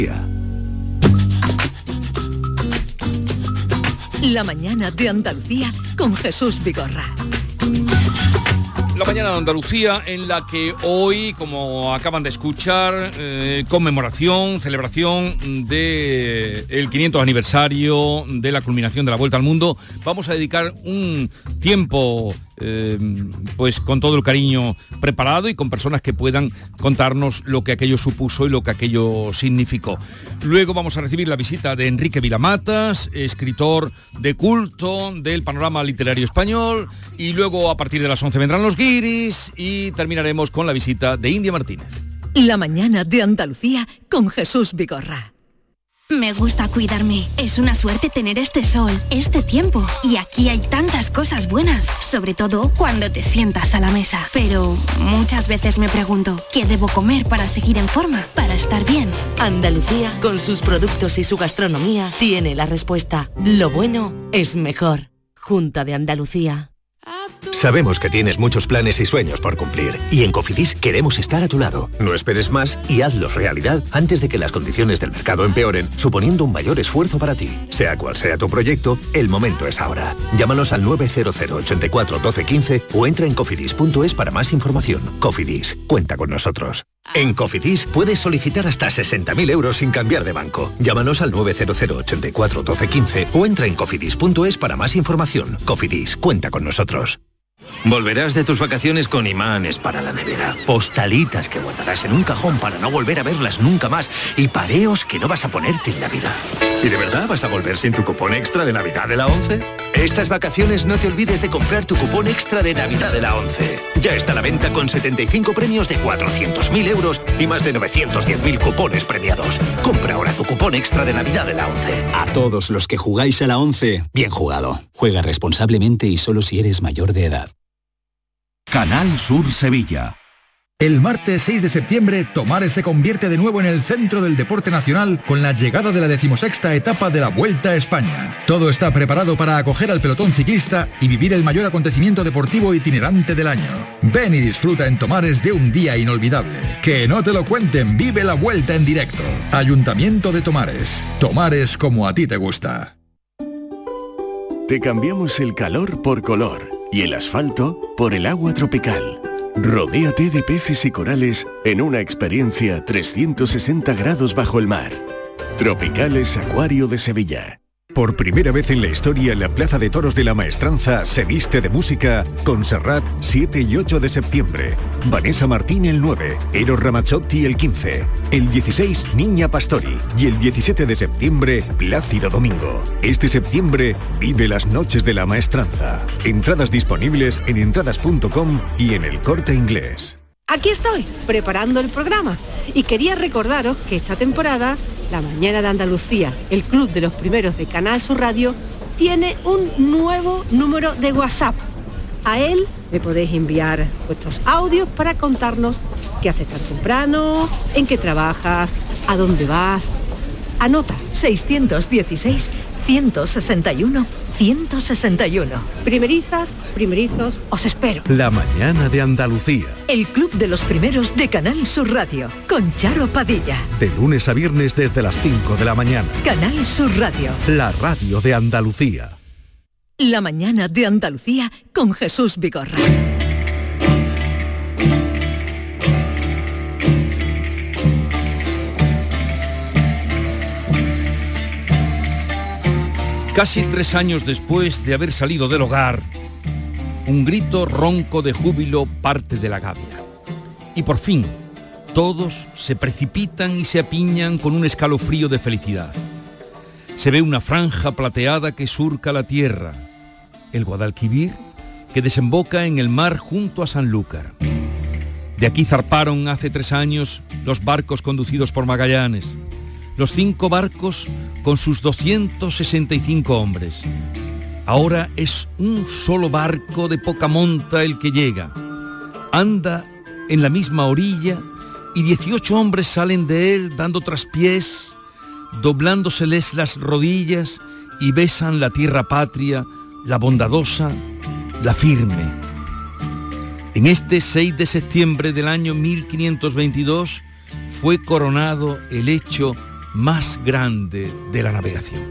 La mañana de Andalucía con Jesús Vigorra. La mañana de Andalucía, en la que hoy, como acaban de escuchar, conmemoración, celebración del 500 aniversario de la culminación de la Vuelta al Mundo. Vamos a dedicar un tiempo pues con todo el cariño preparado y con personas que puedan contarnos lo que aquello supuso y lo que aquello significó. Luego vamos a recibir la visita de Enrique Vilamatas, escritor de culto del panorama literario español, y luego a partir de las 11 vendrán los guiris y terminaremos con la visita de India Martínez. La mañana de Andalucía con Jesús Vigorra. Me gusta cuidarme. Es una suerte tener este sol, este tiempo. Y aquí hay tantas cosas buenas, sobre todo cuando te sientas a la mesa. Pero muchas veces me pregunto, ¿qué debo comer para seguir en forma, para estar bien? Andalucía, con sus productos y su gastronomía, tiene la respuesta. Lo bueno es mejor. Junta de Andalucía. Sabemos que tienes muchos planes y sueños por cumplir, y en Cofidis queremos estar a tu lado. No esperes más y hazlos realidad antes de que las condiciones del mercado empeoren, suponiendo un mayor esfuerzo para ti. Sea cual sea tu proyecto, el momento es ahora. Llámanos al 900 84 12 15 o entra en cofidis.es para más información. Cofidis, cuenta con nosotros. En Cofidis puedes solicitar hasta 60.000 euros sin cambiar de banco. Llámanos al 900 84 12 15 o entra en cofidis.es para más información. Cofidis, cuenta con nosotros. Volverás de tus vacaciones con imanes para la nevera, postalitas que guardarás en un cajón para no volver a verlas nunca más y pareos que no vas a ponerte en Navidad. ¿Y de verdad vas a volver sin tu cupón extra de Navidad de la 11? Estas vacaciones no te olvides de comprar tu cupón extra de Navidad de la 11. Ya está a la venta con 75 premios de 400.000 euros y más de 910.000 cupones premiados. Compra ahora tu cupón extra de Navidad de la 11. A todos los que jugáis a la 11, bien jugado. Juega responsablemente y solo si eres mayor de edad. Canal Sur Sevilla. El martes 6 de septiembre, Tomares se convierte de nuevo en el centro del deporte nacional con la llegada de la 16ª etapa de la Vuelta a España. Todo está preparado para acoger al pelotón ciclista y vivir el mayor acontecimiento deportivo itinerante del año. Ven y disfruta en Tomares de un día inolvidable. Que no te lo cuenten, vive la Vuelta en directo. Ayuntamiento de Tomares. Tomares como a ti te gusta. Te cambiamos el calor por color y el asfalto por el agua tropical. Rodéate de peces y corales en una experiencia 360 grados bajo el mar. Tropicales Acuario de Sevilla. Por primera vez en la historia, la Plaza de Toros de la Maestranza se viste de música con Serrat 7 y 8 de septiembre, Vanessa Martín el 9, Eros Ramazzotti el 15, el 16 Niña Pastori y el 17 de septiembre Plácido Domingo. Este septiembre vive las noches de la Maestranza. Entradas disponibles en entradas.com y en El Corte Inglés. Aquí estoy, preparando el programa, y quería recordaros que esta temporada, La Mañana de Andalucía, el club de los primeros de Canal Sur Radio, tiene un nuevo número de WhatsApp. A él me podéis enviar vuestros audios para contarnos qué haces tan temprano, en qué trabajas, a dónde vas. Anota: 616 161 161. Primerizas, primerizos, os espero. La Mañana de Andalucía. El club de los primeros de Canal Sur Radio, con Charo Padilla. De lunes a viernes desde las 5 de la mañana. Canal Sur Radio. La radio de Andalucía. La mañana de Andalucía con Jesús Vigorra. Casi 3 años después de haber salido del hogar, un grito ronco de júbilo parte de la gavia. Y por fin, todos se precipitan y se apiñan con un escalofrío de felicidad. Se ve una franja plateada que surca la tierra, el Guadalquivir, que desemboca en el mar junto a Sanlúcar. De aquí zarparon hace 3 años los barcos conducidos por Magallanes, los 5 barcos con sus 265 hombres. Ahora es un solo barco de poca monta el que llega. Anda en la misma orilla y 18 hombres salen de él dando traspiés, doblándoseles las rodillas y besan la tierra patria, la bondadosa, la firme. En este 6 de septiembre del año 1522 fue coronado el hecho más grande de la navegación.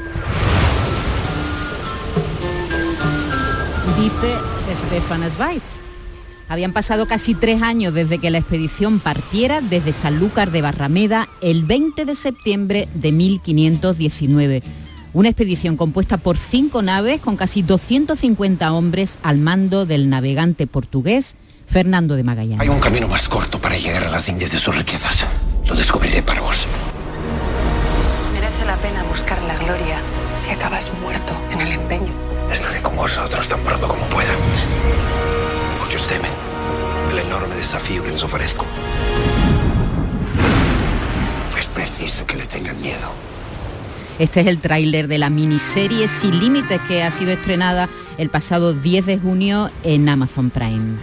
Dice Stefan Zweig. Habían pasado casi 3 años desde que la expedición partiera desde Sanlúcar de Barrameda el 20 de septiembre de 1519. Una expedición compuesta por 5 naves con casi 250 hombres al mando del navegante portugués Fernando de Magallanes. Hay un camino más corto para llegar a las Indias y sus riquezas. Lo descubriré para vos. Merece la pena buscar la gloria si acabas muerto en el empeño. Estaré con vosotros tan pronto como pueda. Muchos temen el enorme desafío que les ofrezco. Es preciso que le tengan miedo. Este es el tráiler de la miniserie Sin Límites, que ha sido estrenada el pasado 10 de junio en Amazon Prime.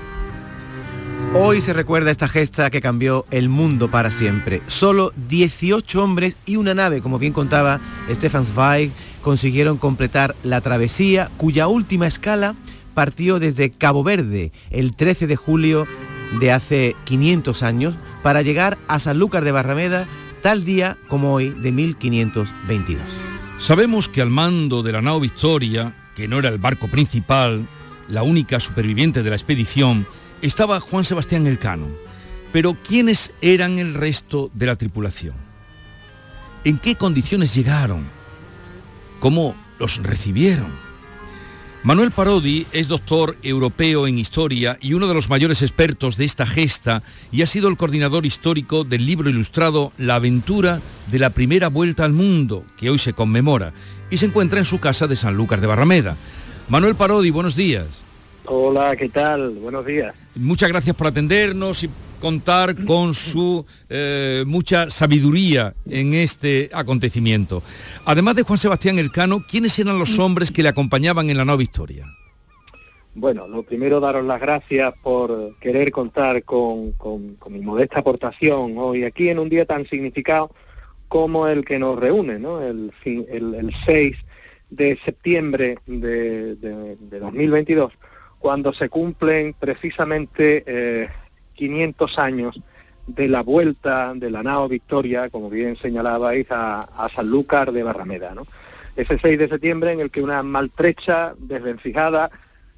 Hoy se recuerda esta gesta que cambió el mundo para siempre. Solo 18 hombres y una nave, como bien contaba Stefan Zweig, consiguieron completar la travesía, cuya última escala partió desde Cabo Verde el 13 de julio de hace 500 años para llegar a Sanlúcar de Barrameda tal día como hoy de 1522. Sabemos que al mando de la nao Victoria, que no era el barco principal, la única superviviente de la expedición, estaba Juan Sebastián Elcano. Pero ¿quiénes eran el resto de la tripulación? ¿En qué condiciones llegaron? ¿Cómo los recibieron? Manuel Parodi es doctor europeo en historia y uno de los mayores expertos de esta gesta, y ha sido el coordinador histórico del libro ilustrado La aventura de la primera vuelta al mundo, que hoy se conmemora, y se encuentra en su casa de Sanlúcar de Barrameda. Manuel Parodi, buenos días. Hola, ¿qué tal? Buenos días. Muchas gracias por atendernos y contar con su mucha sabiduría en este acontecimiento. Además de Juan Sebastián Elcano, ¿quiénes eran los hombres que le acompañaban en la nao Victoria? Bueno, lo primero, daros las gracias por querer contar con mi modesta aportación hoy aquí en un día tan significado como el que nos reúne, ¿no? El 6 de septiembre de 2022, cuando se cumplen precisamente 500 años de la vuelta de la nao Victoria, como bien señalabais, a Sanlúcar de Barrameda, ¿no? Ese 6 de septiembre en el que una maltrecha, desvencijada,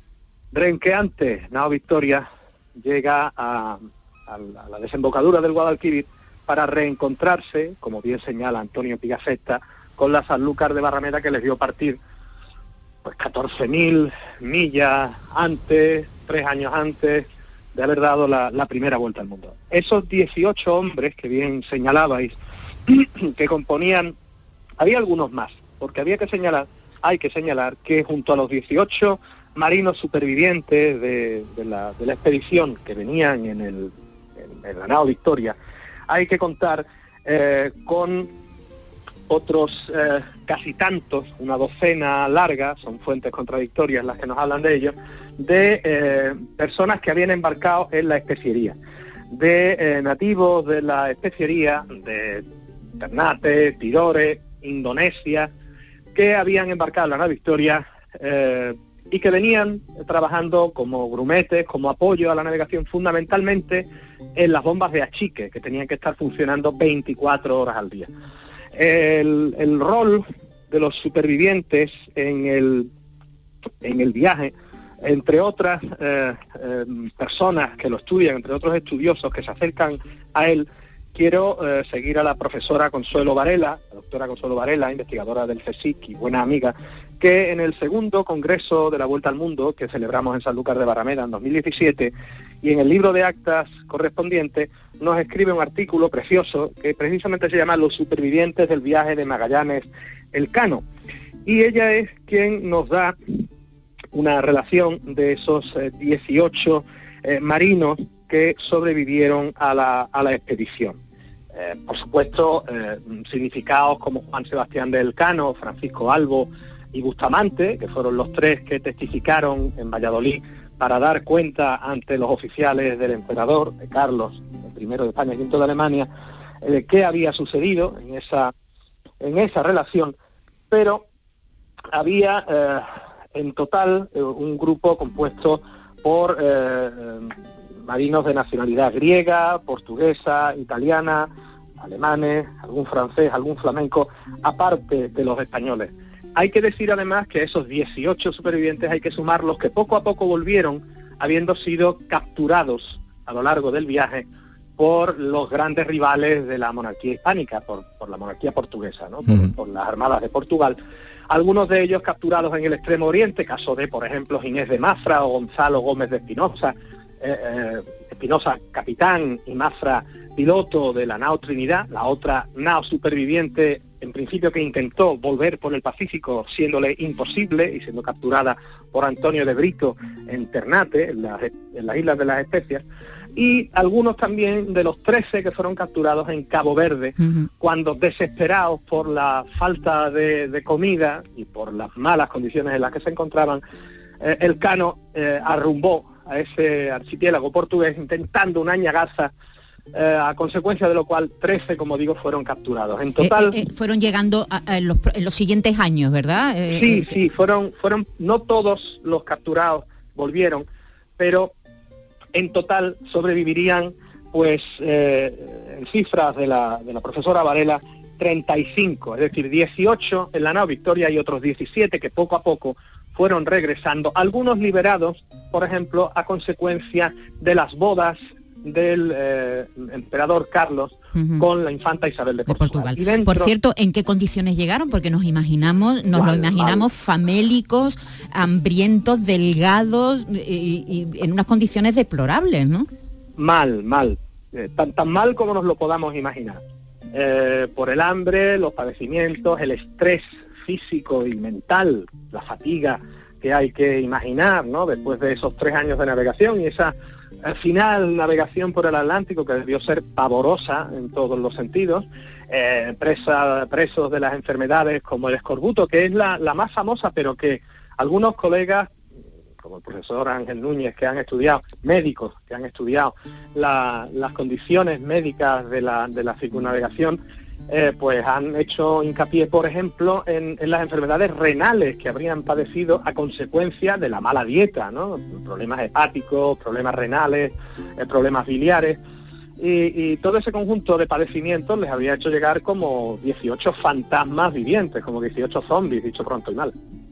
renqueante nao Victoria llega a la desembocadura del Guadalquivir para reencontrarse, como bien señala Antonio Pigafetta, con la Sanlúcar de Barrameda, que les vio partir pues 14.000 millas antes, 3 años antes de haber dado la primera vuelta al mundo. Esos 18 hombres que bien señalabais, que componían, había algunos más, porque hay que señalar que junto a los 18 marinos supervivientes de la expedición que venían en la nao Victoria, hay que contar con otros casi tantos, una docena larga, son fuentes contradictorias las que nos hablan de ello, de personas que habían embarcado en la especiería, de nativos de la especiería, de Ternate, Tidore, Indonesia, que habían embarcado en la nao Victoria y que venían trabajando como grumetes, como apoyo a la navegación, fundamentalmente en las bombas de achique, que tenían que estar funcionando 24 horas al día. El rol de los supervivientes en el viaje, entre otras personas que lo estudian, entre otros estudiosos que se acercan a él, quiero seguir a la profesora Consuelo Varela, la doctora Consuelo Varela, investigadora del CSIC y buena amiga, que en el segundo Congreso de la Vuelta al Mundo, que celebramos en Sanlúcar de Barrameda en 2017, y en el libro de actas correspondiente, nos escribe un artículo precioso que precisamente se llama Los supervivientes del viaje de Magallanes Elcano. Y ella es quien nos da una relación de esos 18 marinos que sobrevivieron a la expedición. Por supuesto, significados como Juan Sebastián de Elcano, Francisco Albo y Bustamante, que fueron los 3 que testificaron en Valladolid para dar cuenta ante los oficiales del emperador, de Carlos I de España y V de Alemania, qué había sucedido en esa relación, pero había en total un grupo compuesto por marinos de nacionalidad griega, portuguesa, italiana, alemanes, algún francés, algún flamenco, aparte de los españoles. Hay que decir además que esos 18 supervivientes hay que sumarlos que poco a poco volvieron, habiendo sido capturados a lo largo del viaje por los grandes rivales de la monarquía hispánica, por la monarquía portuguesa, ¿no? Por las armadas de Portugal. Algunos de ellos capturados en el Extremo Oriente, caso de, por ejemplo, Ginés de Mafra o Gonzalo Gómez de Espinosa, Espinosa capitán y Mafra piloto de la nao Trinidad, la otra nao superviviente, en principio que intentó volver por el Pacífico, siéndole imposible y siendo capturada por Antonio de Brito en Ternate, en las Islas de las Especias, y algunos también de los 13 que fueron capturados en Cabo Verde, cuando desesperados por la falta de comida y por las malas condiciones en las que se encontraban, Elcano arrumbó a ese archipiélago portugués intentando una añagaza, a consecuencia de lo cual 13, como digo, fueron capturados. En total fueron llegando en los siguientes años, ¿verdad? Sí, fueron no todos los capturados volvieron, pero en total sobrevivirían, pues, en cifras de la profesora Varela, 35, es decir, 18 en la nao Victoria y otros 17 que poco a poco fueron regresando, algunos liberados, por ejemplo, a consecuencia de las bodas del emperador Carlos con la infanta Isabel de Portugal. Y dentro... Por cierto, ¿en qué condiciones llegaron? Porque nos lo imaginamos famélicos, hambrientos, delgados y en unas condiciones deplorables, ¿no? Mal, tan mal como nos lo podamos imaginar. Por el hambre, los padecimientos, el estrés físico y mental, la fatiga que hay que imaginar, ¿no? Después de esos 3 años de navegación y esa al final navegación por el Atlántico que debió ser pavorosa en todos los sentidos, presos de las enfermedades como el escorbuto, que es la más famosa, pero que algunos colegas, como el profesor Ángel Núñez, que han estudiado, médicos que han estudiado las condiciones médicas de la circunnavegación, pues han hecho hincapié, por ejemplo, en las enfermedades renales que habrían padecido a consecuencia de la mala dieta, ¿no? Problemas hepáticos, problemas renales, problemas biliares, y todo ese conjunto de padecimientos les había hecho llegar como 18 fantasmas vivientes, como 18 zombies, dicho pronto y mal.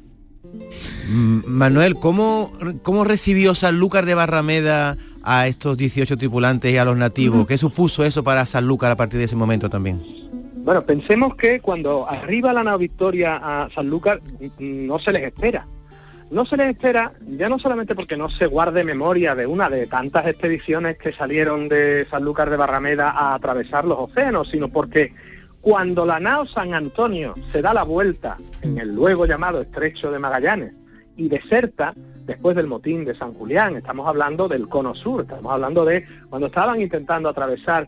Manuel, ¿cómo recibió Sanlúcar de Barrameda a estos 18 tripulantes y a los nativos? ¿Qué supuso eso para Sanlúcar a partir de ese momento también? Bueno, pensemos que cuando arriba la nao Victoria a Sanlúcar no se les espera. No se les espera, ya no solamente porque no se guarde memoria de una de tantas expediciones que salieron de Sanlúcar de Barrameda a atravesar los océanos, sino porque cuando la nao San Antonio se da la vuelta en el luego llamado Estrecho de Magallanes y deserta después del motín de San Julián, estamos hablando del Cono Sur, estamos hablando de cuando estaban intentando atravesar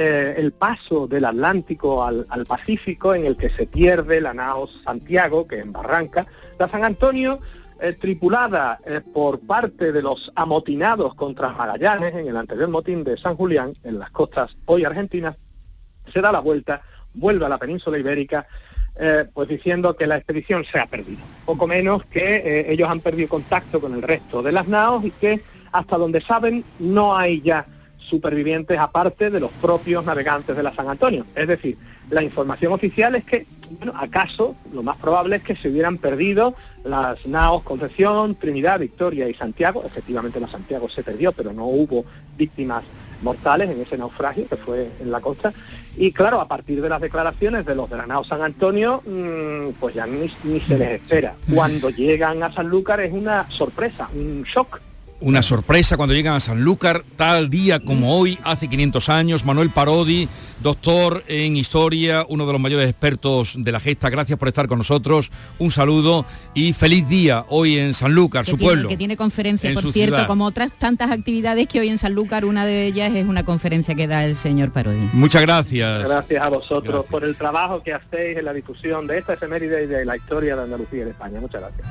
el paso del Atlántico al Pacífico, en el que se pierde la nao Santiago, que en Barranca, la San Antonio, tripulada por parte de los amotinados contra Magallanes en el anterior motín de San Julián, en las costas hoy argentinas, se da la vuelta, vuelve a la península ibérica, pues diciendo que la expedición se ha perdido. Poco menos que ellos han perdido contacto con el resto de las naos y que, hasta donde saben, no hay ya supervivientes aparte de los propios navegantes de la San Antonio. Es decir, la información oficial es que, bueno, acaso lo más probable es que se hubieran perdido las naos Concepción, Trinidad, Victoria y Santiago. Efectivamente la Santiago se perdió, pero no hubo víctimas mortales en ese naufragio que fue en la costa. Y claro, a partir de las declaraciones de los de la nao San Antonio, pues ya ni se les espera. Cuando llegan a Sanlúcar es una sorpresa, un shock. Una sorpresa cuando llegan a Sanlúcar, tal día como hoy, hace 500 años. Manuel Parodi, doctor en historia, uno de los mayores expertos de la gesta, gracias por estar con nosotros, un saludo y feliz día hoy en Sanlúcar, su pueblo. Que tiene conferencia, por cierto, ciudad. Como otras tantas actividades que hoy en Sanlúcar, una de ellas es una conferencia que da el señor Parodi. Muchas gracias. Gracias a vosotros por el trabajo que hacéis en la difusión de esta efeméride y de la historia de Andalucía y de España. Muchas gracias.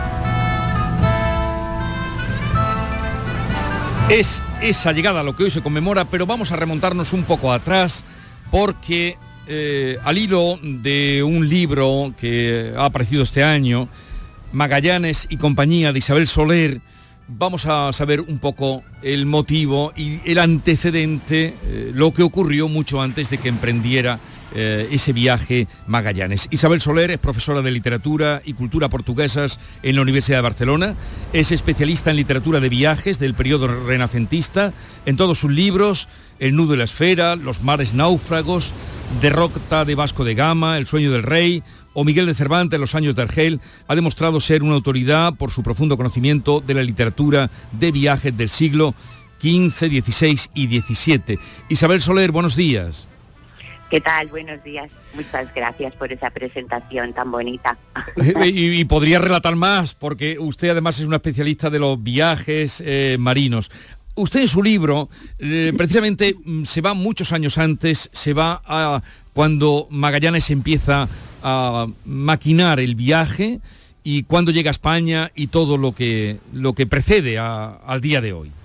Es esa llegada a lo que hoy se conmemora, pero vamos a remontarnos un poco atrás porque al hilo de un libro que ha aparecido este año, Magallanes y compañía, de Isabel Soler, vamos a saber un poco el motivo y el antecedente, lo que ocurrió mucho antes de que emprendiera ese viaje Magallanes. Isabel Soler es profesora de literatura y cultura portuguesas en la Universidad de Barcelona, es especialista en literatura de viajes del periodo renacentista. En todos sus libros, El nudo de la esfera, Los mares náufragos, Derrota de Vasco de Gama, El sueño del rey o Miguel de Cervantes, Los años de Argel, ha demostrado ser una autoridad por su profundo conocimiento de la literatura de viajes del siglo XV, XVI y XVII. Isabel Soler, buenos días. ¿Qué tal? Buenos días. Muchas gracias por esa presentación tan bonita. Y podría relatar más, porque usted además es una especialista de los viajes marinos. Usted en su libro, precisamente, se va muchos años antes, se va a cuando Magallanes empieza a maquinar el viaje y cuando llega a España y todo lo que precede al día de hoy.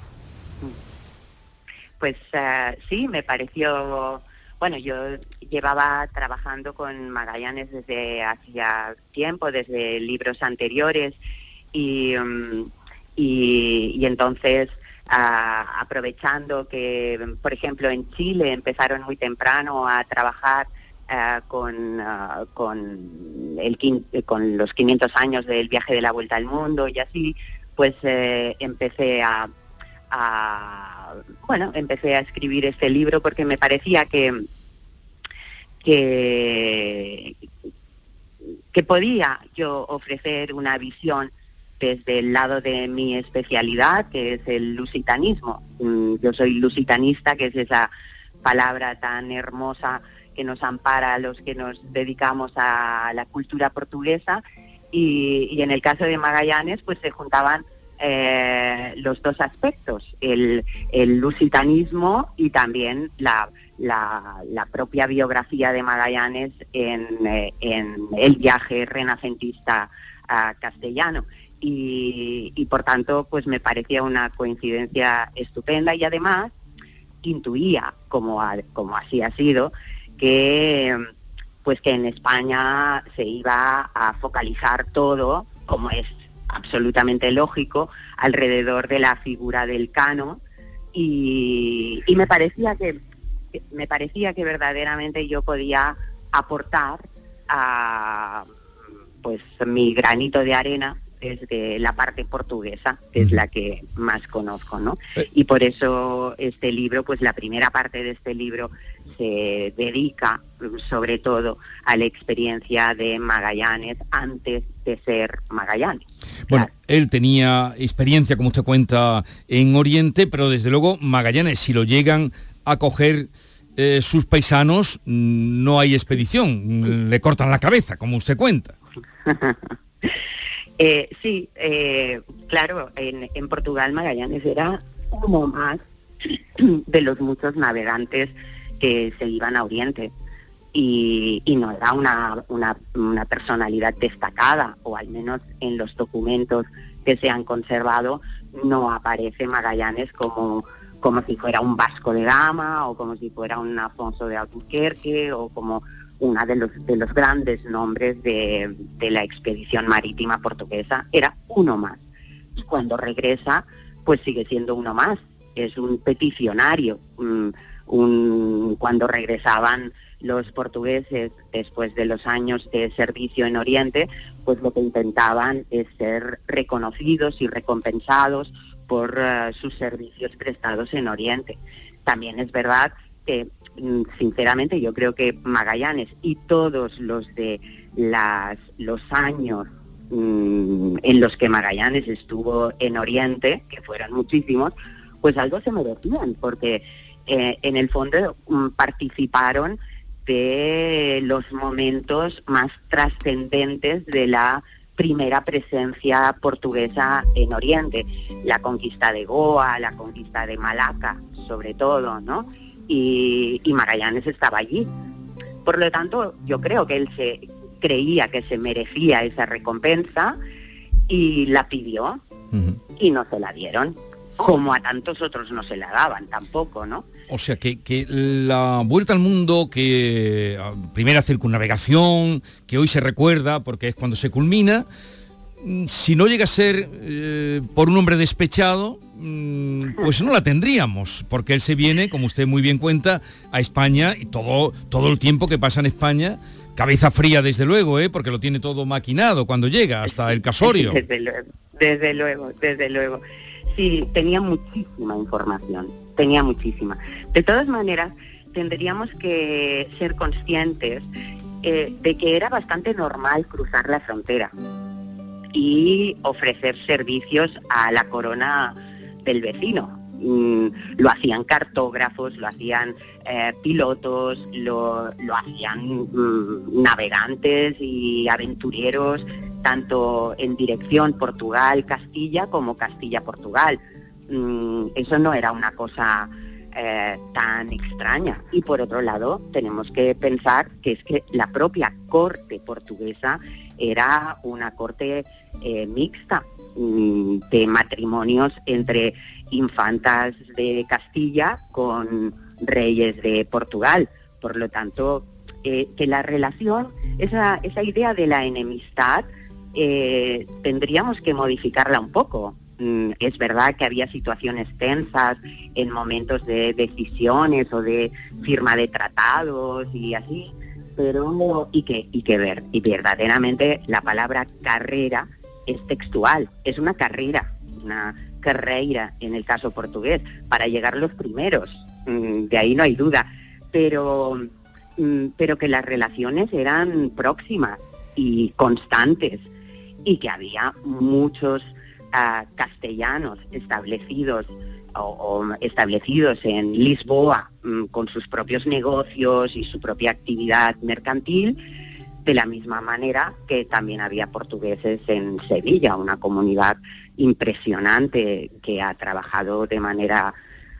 Pues sí, me pareció... Bueno, yo llevaba trabajando con Magallanes desde hacía tiempo, desde libros anteriores, y entonces, aprovechando que, por ejemplo, en Chile empezaron muy temprano a trabajar con los 500 años del viaje de la vuelta al mundo y así, pues empecé a escribir este libro porque me parecía que podía yo ofrecer una visión desde el lado de mi especialidad, que es el lusitanismo. Yo soy lusitanista, que es esa palabra tan hermosa que nos ampara a los que nos dedicamos a la cultura portuguesa, y en el caso de Magallanes pues se juntaban los dos aspectos, el lusitanismo y también la propia biografía de Magallanes en el viaje renacentista castellano, y por tanto pues me parecía una coincidencia estupenda, y además intuía, como así ha sido, que en España se iba a focalizar todo, como es absolutamente lógico, alrededor de la figura del Cano, y me parecía que verdaderamente yo podía aportar pues mi granito de arena desde la parte portuguesa, que es la que más conozco, ¿no? Y por eso este libro, pues la primera parte de este libro se dedica sobre todo a la experiencia de Magallanes antes de ser Magallanes. Bueno, él tenía experiencia, como usted cuenta, en Oriente, pero desde luego Magallanes, si lo llegan a coger sus paisanos, no hay expedición, le cortan la cabeza, como usted cuenta. Sí, claro, en Portugal Magallanes era uno más de los muchos navegantes que se iban a Oriente, y no era una personalidad destacada, o al menos en los documentos que se han conservado no aparece Magallanes como si fuera un Vasco de Gama, o como si fuera un Afonso de Albuquerque, o como una de los grandes nombres de la expedición marítima portuguesa. Era uno más, y cuando regresa pues sigue siendo uno más, es un peticionario. Cuando regresaban los portugueses después de los años de servicio en Oriente, pues lo que intentaban es ser reconocidos y recompensados por sus servicios prestados en Oriente. También es verdad que, sinceramente, yo creo que Magallanes y todos los de los años en los que Magallanes estuvo en Oriente, que fueron muchísimos, pues algo se merecían, porque en el fondo participaron de los momentos más trascendentes de la primera presencia portuguesa en Oriente, la conquista de Goa, la conquista de Malaca, sobre todo, ¿no? Y Magallanes estaba allí. Por lo tanto, yo creo que él creía que se merecía esa recompensa y la pidió, y no se la dieron, como a tantos otros no se la daban tampoco, ¿no? O sea, que la vuelta al mundo, que primera circunnavegación, que hoy se recuerda porque es cuando se culmina, si no llega a ser por un hombre despechado, pues no la tendríamos, porque él se viene, como usted muy bien cuenta, a España, y todo el tiempo que pasa en España, cabeza fría desde luego, porque lo tiene todo maquinado cuando llega, hasta el casorio. Desde luego. Sí, tenía muchísima información, De todas maneras, tendríamos que ser conscientes de que era bastante normal cruzar la frontera y ofrecer servicios a la corona del vecino. Lo hacían cartógrafos, lo hacían pilotos, lo hacían navegantes y aventureros, tanto en dirección Portugal-Castilla como Castilla-Portugal. Eso no era una cosa tan extraña. Y por otro lado, tenemos que pensar que es que la propia corte portuguesa era una corte mixta, de matrimonios entre infantas de Castilla con reyes de Portugal. Por lo tanto, que la relación, esa idea de la enemistad, tendríamos que modificarla un poco. Es verdad que había situaciones tensas en momentos de decisiones o de firma de tratados y así, pero y que verdaderamente la palabra carrera es textual, es una carrera en el caso portugués, para llegar los primeros, de ahí no hay duda, pero que las relaciones eran próximas y constantes, y que había muchos castellanos establecidos o establecidos en Lisboa, con sus propios negocios y su propia actividad mercantil, de la misma manera que también había portugueses en Sevilla, una comunidad impresionante que ha trabajado de manera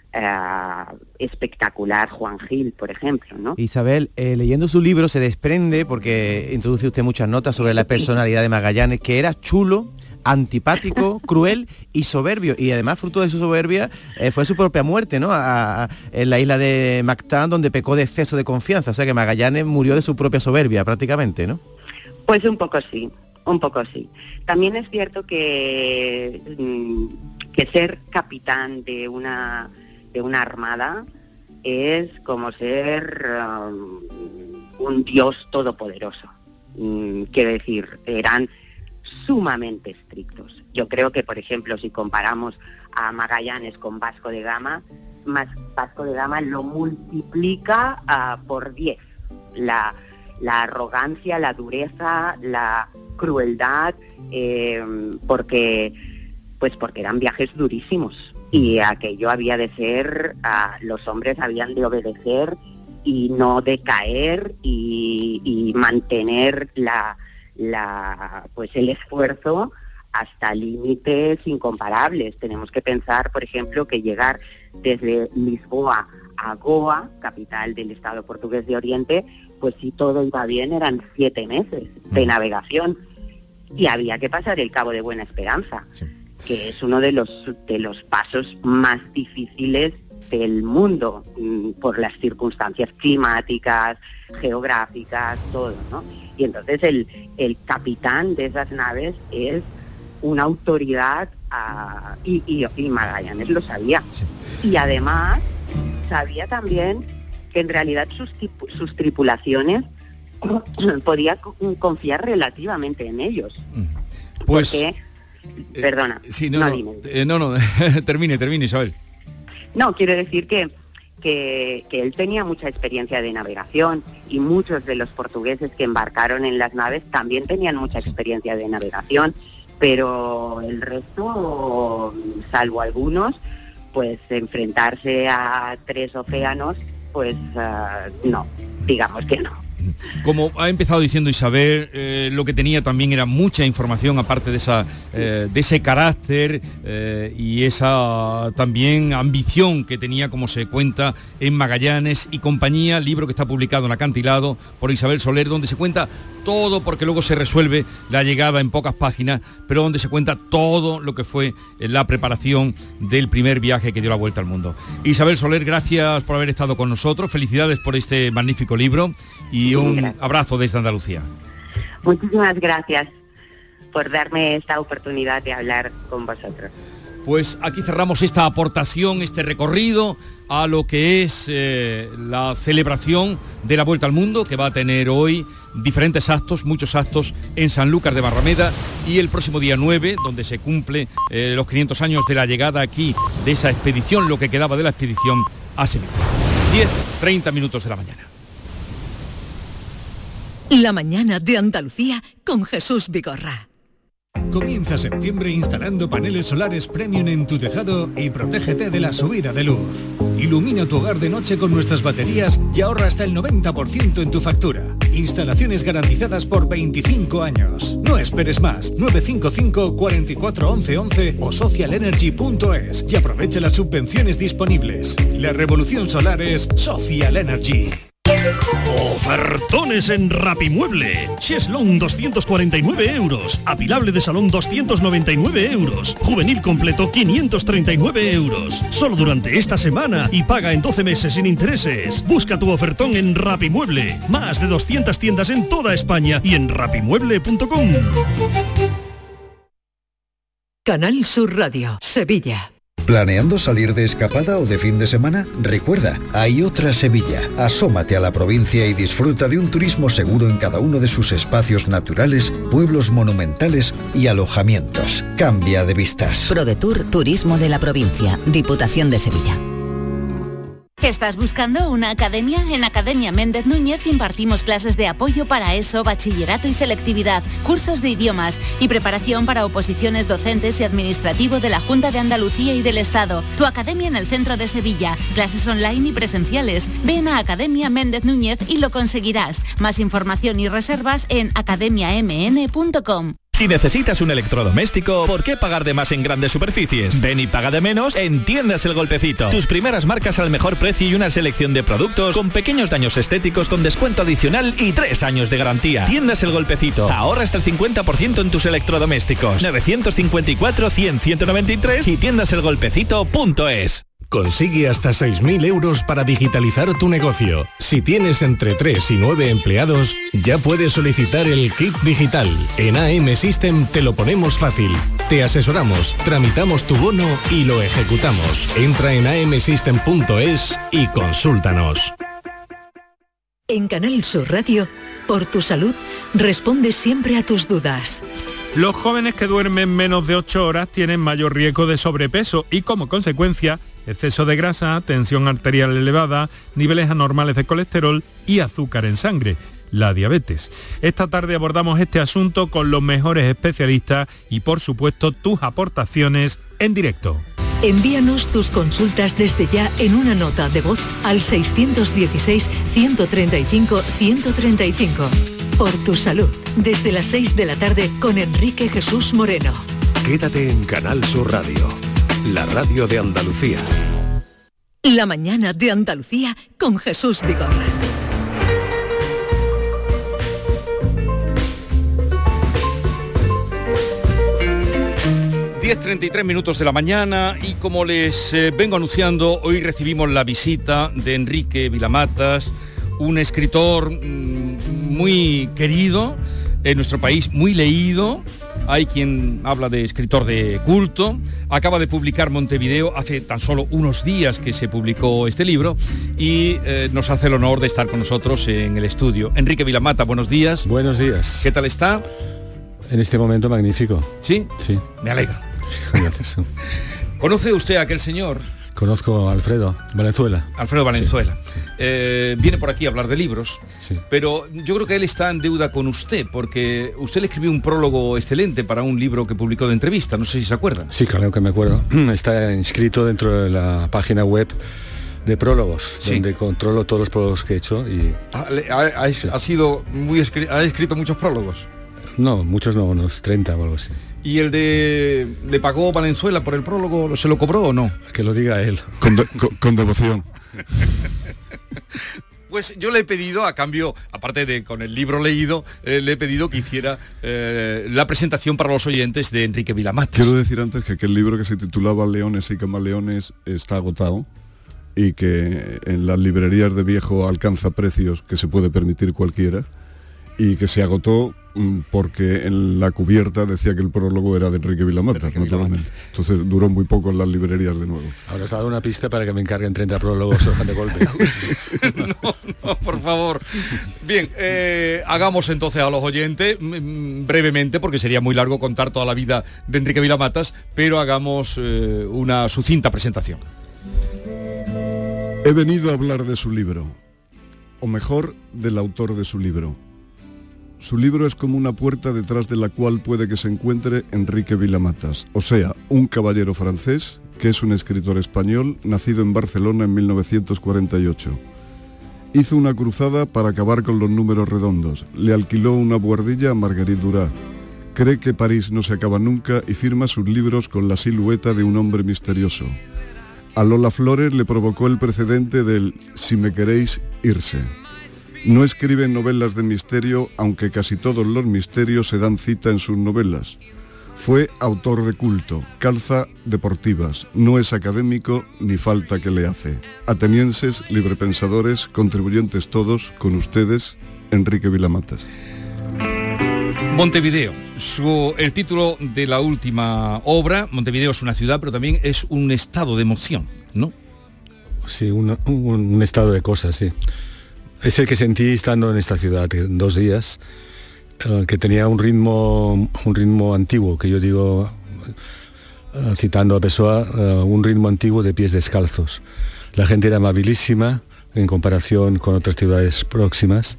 espectacular Juan Gil, por ejemplo, ¿no? Isabel, leyendo su libro se desprende, porque introduce usted muchas notas sobre la personalidad de Magallanes, que era chulo, antipático, cruel y soberbio, y además fruto de su soberbia fue su propia muerte, ¿no? En la isla de Mactán, donde pecó de exceso de confianza, o sea que Magallanes murió de su propia soberbia prácticamente, ¿no? Pues un poco sí. También es cierto que ser capitán de una armada es como ser un dios todopoderoso. Quiero decir, eran sumamente estrictos. Yo creo que, por ejemplo, si comparamos a Magallanes con Vasco de Gama, Vasco de Gama lo multiplica por 10. La arrogancia, la dureza, la crueldad, porque eran viajes durísimos, y aquello había de ser, los hombres habían de obedecer y no decaer y mantener el esfuerzo hasta límites incomparables. Tenemos que pensar, por ejemplo, que llegar desde Lisboa a Goa, capital del Estado portugués de Oriente, pues si todo iba bien eran 7 meses de navegación, y había que pasar el Cabo de Buena Esperanza, que es uno de los pasos más difíciles del mundo, por las circunstancias climáticas, geográficas, todo, ¿no? Y entonces el capitán de esas naves es una autoridad, y Magallanes lo sabía. Sí. Y además sabía también que en realidad sus tripulaciones podía confiar relativamente en ellos. Pues, porque, perdona, sí, no, termine, Isabel. No, quiero decir que él tenía mucha experiencia de navegación, y muchos de los portugueses que embarcaron en las naves también tenían mucha experiencia de navegación, pero el resto, salvo algunos, pues enfrentarse a 3 océanos, pues no, digamos que no. Como ha empezado diciendo Isabel, lo que tenía también era mucha información, aparte de ese carácter y esa también ambición que tenía, como se cuenta en Magallanes y compañía, libro que está publicado en Acantilado por Isabel Soler, donde se cuenta todo, porque luego se resuelve la llegada en pocas páginas, pero donde se cuenta todo lo que fue la preparación del primer viaje que dio la vuelta al mundo. Isabel Soler, gracias por haber estado con nosotros, felicidades por este magnífico libro y un abrazo desde Andalucía. Muchísimas gracias. por darme esta oportunidad de hablar con vosotros. Pues aquí cerramos esta aportación, este recorrido a lo que es la celebración de la Vuelta al Mundo, que va a tener hoy diferentes actos, muchos actos en Sanlúcar de Barrameda, y el próximo día 9, donde se cumple los 500 años de la llegada aquí de esa expedición, lo que quedaba de la expedición a Sevilla. 10:30 minutos de la mañana. La mañana de Andalucía con Jesús Vigorra. Comienza septiembre instalando paneles solares premium en tu tejado y protégete de la subida de luz. Ilumina tu hogar de noche con nuestras baterías y ahorra hasta el 90% en tu factura. Instalaciones garantizadas por 25 años. No esperes más. 955 44 11 11 o socialenergy.es y aprovecha las subvenciones disponibles. La revolución solar es Social Energy. Ofertones en Rapimueble. Cheslón 249 euros. Apilable de salón 299 euros. Juvenil completo 539 euros. Solo durante esta semana y paga en 12 meses sin intereses. Busca tu ofertón en Rapimueble. Más de 200 tiendas en toda España y en rapimueble.com. Canal Sur Radio, Sevilla. ¿Planeando salir de escapada o de fin de semana? Recuerda, hay otra Sevilla. Asómate a la provincia y disfruta de un turismo seguro en cada uno de sus espacios naturales, pueblos monumentales y alojamientos. Cambia de vistas. ProDetour Turismo de la Provincia, Diputación de Sevilla. ¿Estás buscando una academia? En Academia Méndez Núñez impartimos clases de apoyo para ESO, bachillerato y selectividad, cursos de idiomas y preparación para oposiciones docentes y administrativo de la Junta de Andalucía y del Estado. Tu academia en el centro de Sevilla, clases online y presenciales. Ven a Academia Méndez Núñez y lo conseguirás. Más información y reservas en academiamn.com. Si necesitas un electrodoméstico, ¿por qué pagar de más en grandes superficies? Ven y paga de menos en Tiendas El Golpecito. Tus primeras marcas al mejor precio y una selección de productos con pequeños daños estéticos con descuento adicional y 3 años de garantía. Tiendas El Golpecito. Ahorra hasta el 50% en tus electrodomésticos. 954 100 193 y tiendaselgolpecito.es. Consigue hasta 6.000 euros para digitalizar tu negocio. Si tienes entre 3 y 9 empleados, ya puedes solicitar el kit digital. En AM System te lo ponemos fácil. Te asesoramos, tramitamos tu bono y lo ejecutamos. Entra en amsystem.es y consúltanos. En Canal Sur Radio, por tu salud, responde siempre a tus dudas. Los jóvenes que duermen menos de 8 horas tienen mayor riesgo de sobrepeso y, como consecuencia, exceso de grasa, tensión arterial elevada, niveles anormales de colesterol y azúcar en sangre, la diabetes. Esta tarde abordamos este asunto con los mejores especialistas y, por supuesto, tus aportaciones en directo. Envíanos tus consultas desde ya en una nota de voz al 616-135-135. Por tu salud, desde las 6 de la tarde con Enrique Jesús Moreno. Quédate en Canal Sur Radio, la radio de Andalucía. La mañana de Andalucía con Jesús Vigorra. 10:33 minutos de la mañana y como les vengo anunciando, hoy recibimos la visita de Enrique Vilamatas, un escritor muy querido en nuestro país, muy leído. Hay quien habla de escritor de culto. Acaba de publicar Montevideo, hace tan solo unos días que se publicó este libro y nos hace el honor de estar con nosotros en el estudio. Enrique Vilamata, buenos días. Buenos días. ¿Qué tal está? En este momento magnífico. ¿Sí? Sí. Me alegro. Gracias. ¿Conoce usted a aquel señor? Conozco a Alfredo Valenzuela. Alfredo Valenzuela. Sí. Viene por aquí a hablar de libros, sí. Pero yo creo que él está en deuda con usted, porque usted le escribió un prólogo excelente para un libro que publicó de entrevista, no sé si se acuerdan. Sí, claro que me acuerdo. Está inscrito dentro de la página web de prólogos, sí, donde controlo todos los prólogos que he hecho. Y ha sido muy ha escrito muchos prólogos. No, muchos no, unos 30 o algo así. ¿Y el de le pagó Valenzuela por el prólogo, se lo cobró o no? Que lo diga él. Con devoción. Pues yo le he pedido, a cambio, aparte de con el libro leído, le he pedido que hiciera la presentación para los oyentes de Enrique Vilamatas. Quiero decir antes que aquel libro que se titulaba Leones y Camaleones está agotado y que en las librerías de viejo alcanza precios que se puede permitir cualquiera y que se agotó porque en la cubierta decía que el prólogo era de Enrique Vilamatas, naturalmente. Entonces duró muy poco en las librerías de nuevo. Ahora está dando una pista para que me encarguen 30 prólogos de golpe. No, por favor. Bien, hagamos entonces a los oyentes, brevemente, porque sería muy largo contar toda la vida de Enrique Vilamatas, pero hagamos una sucinta presentación. He venido a hablar de su libro, o mejor, del autor de su libro. Su libro es como una puerta detrás de la cual puede que se encuentre Enrique Vilamatas, o sea, un caballero francés que es un escritor español nacido en Barcelona en 1948. Hizo una cruzada para acabar con los números redondos, le alquiló una buhardilla a Marguerite Duras, cree que París no se acaba nunca y firma sus libros con la silueta de un hombre misterioso. A Lola Flores le provocó el precedente del "si me queréis, irse". No escribe novelas de misterio, aunque casi todos los misterios se dan cita en sus novelas. Fue autor de culto, calza deportivas, no es académico ni falta que le hace. Atenienses, librepensadores, contribuyentes todos, con ustedes, Enrique Vilamatas. Montevideo, el título de la última obra. Montevideo es una ciudad, pero también es un estado de emoción, ¿no? Sí, un estado de cosas, sí. Es el que sentí estando en esta ciudad 2 días, que tenía un ritmo antiguo, que yo digo, citando a Pessoa, un ritmo antiguo de pies descalzos. La gente era amabilísima en comparación con otras ciudades próximas.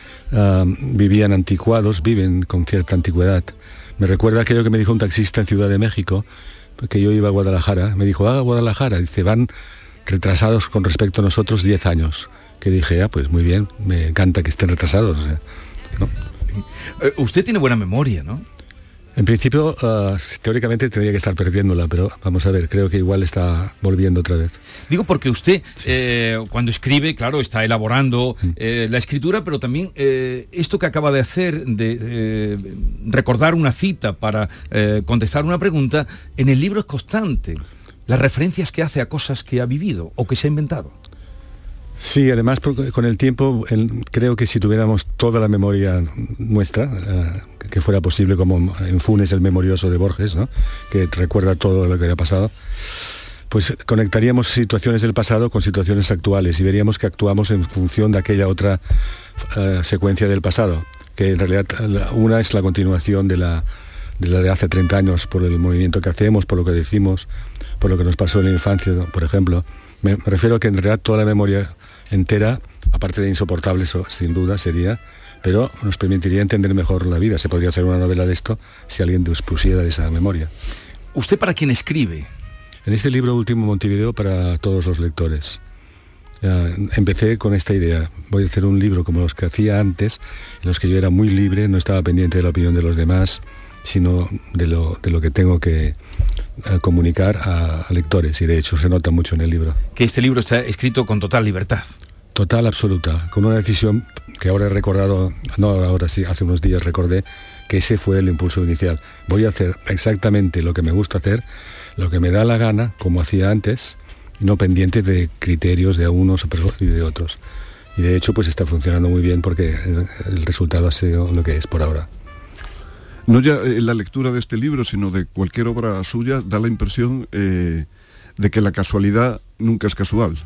Vivían anticuados, viven con cierta antigüedad. Me recuerda aquello que me dijo un taxista en Ciudad de México, porque yo iba a Guadalajara, me dijo, Guadalajara, dice, van retrasados con respecto a nosotros 10 años. Que dije, pues muy bien, me encanta que estén retrasados. ¿No? Usted tiene buena memoria, ¿no? En principio, teóricamente tendría que estar perdiéndola, pero vamos a ver, creo que igual está volviendo otra vez. Digo porque usted, cuando escribe, claro, está elaborando la escritura, pero también esto que acaba de hacer, de recordar una cita para contestar una pregunta, en el libro es constante. Las referencias que hace a cosas que ha vivido o que se ha inventado. Sí, además con el tiempo creo que si tuviéramos toda la memoria nuestra, que fuera posible, como en Funes el memorioso de Borges, ¿no?, que recuerda todo lo que había pasado, pues conectaríamos situaciones del pasado con situaciones actuales y veríamos que actuamos en función de aquella otra secuencia del pasado, que en realidad una es la continuación de la de hace 30 años, por el movimiento que hacemos, por lo que decimos, por lo que nos pasó en la infancia, por ejemplo. Me refiero a que en realidad toda la memoria entera, aparte de insoportable, eso, sin duda sería, pero nos permitiría entender mejor la vida. Se podría hacer una novela de esto si alguien dispusiera de esa memoria. ¿Usted para quién escribe? En este libro último, Montevideo, para todos los lectores. Empecé con esta idea. Voy a hacer un libro como los que hacía antes, en los que yo era muy libre, no estaba pendiente de la opinión de los demás, sino de lo que tengo que comunicar a lectores, y de hecho se nota mucho en el libro. Que este libro está escrito con total libertad. Total, absoluta, con una decisión que ahora he recordado, no ahora sí, hace unos días recordé, que ese fue el impulso inicial. Voy a hacer exactamente lo que me gusta hacer, lo que me da la gana, como hacía antes, no pendiente de criterios de unos y de otros. Y de hecho pues está funcionando muy bien, porque el resultado ha sido lo que es por ahora. No ya la lectura de este libro, sino de cualquier obra suya, da la impresión de que la casualidad nunca es casual.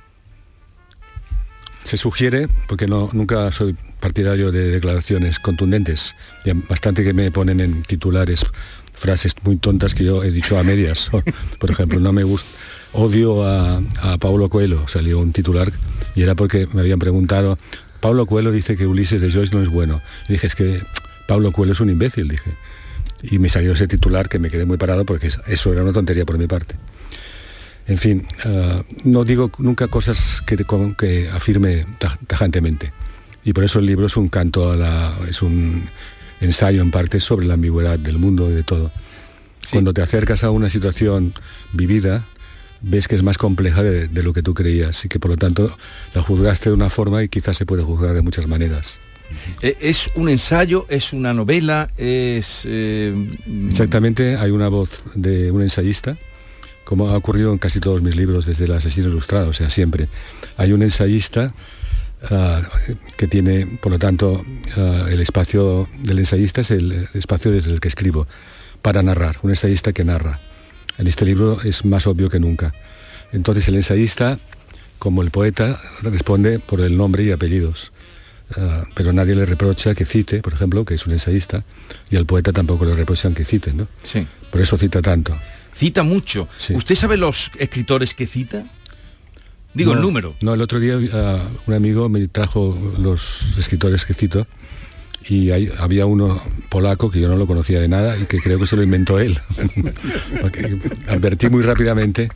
Se sugiere, porque nunca soy partidario de declaraciones contundentes, y bastante que me ponen en titulares frases muy tontas que yo he dicho a medias. Por ejemplo, no me gusta, odio a Paulo Coelho, salió un titular, y era porque me habían preguntado, Paulo Coelho dice que Ulises de Joyce no es bueno. Y dije, es que Paulo Coelho es un imbécil, dije. Y me salió ese titular que me quedé muy parado, porque eso era una tontería por mi parte. En fin, no digo nunca cosas que afirme tajantemente. Y por eso el libro es un canto es un ensayo en parte sobre la ambigüedad del mundo y de todo. Sí. Cuando te acercas a una situación vivida, ves que es más compleja de lo que tú creías, y que por lo tanto la juzgaste de una forma y quizás se puede juzgar de muchas maneras. ¿Es un ensayo? ¿Es una novela? Exactamente, hay una voz de un ensayista, como ha ocurrido en casi todos mis libros, desde El asesino ilustrado, o sea, siempre. Hay un ensayista que tiene, por lo tanto, el espacio del ensayista es el espacio desde el que escribo, para narrar, un ensayista que narra. En este libro es más obvio que nunca. Entonces el ensayista, como el poeta, responde por el nombre y apellidos. Pero nadie le reprocha que cite, por ejemplo, que es un ensayista, y al poeta tampoco le reprochan que cite, ¿no? Sí. Por eso cita tanto. Cita mucho. Sí. ¿Usted sabe los escritores que cita? Digo, No, el número. No, el otro día un amigo me trajo los escritores que cito, y había uno polaco que yo no lo conocía de nada y que creo que se lo inventó él. Porque advertí muy rápidamente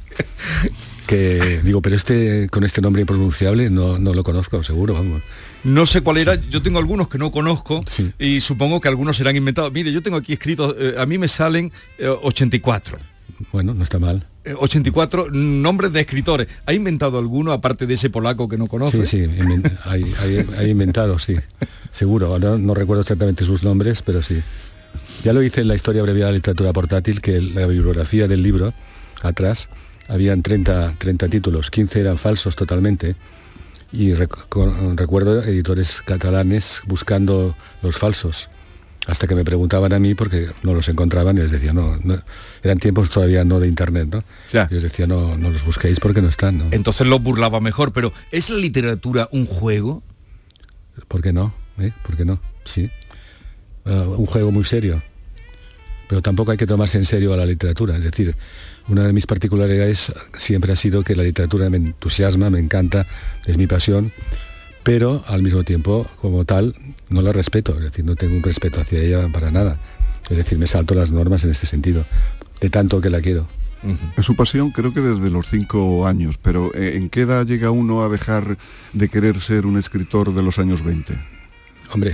que, digo, pero con este nombre impronunciable no lo conozco, seguro, vamos. No sé cuál era, yo tengo algunos que no conozco y supongo que algunos serán inventados. Mire, yo tengo aquí escritos, a mí me salen 84. Bueno, no está mal. 84 nombres de escritores. ¿Ha inventado alguno aparte de ese polaco que no conoce? Sí, hay inventados, sí. Seguro, no recuerdo exactamente sus nombres, pero sí. Ya lo hice en la historia abreviada de la literatura portátil, que la bibliografía del libro, atrás, habían 30 títulos, 15 eran falsos totalmente. Y recuerdo editores catalanes buscando los falsos, hasta que me preguntaban a mí porque no los encontraban y les decía, no eran tiempos todavía no de internet, ¿no? Ya. Y les decía, no los busquéis porque no están, ¿no? Entonces los burlaba mejor, pero ¿es la literatura un juego? ¿Por qué no? ¿Por qué no? Sí. Un juego muy serio. Pero tampoco hay que tomarse en serio a la literatura. Es decir, una de mis particularidades siempre ha sido que la literatura me entusiasma, me encanta, es mi pasión, pero al mismo tiempo, como tal, no la respeto. Es decir, no tengo un respeto hacia ella para nada. Es decir, me salto las normas en este sentido, de tanto que la quiero. Es su pasión creo que desde los 5 años, pero ¿en qué edad llega uno a dejar de querer ser un escritor de los años 20? Hombre,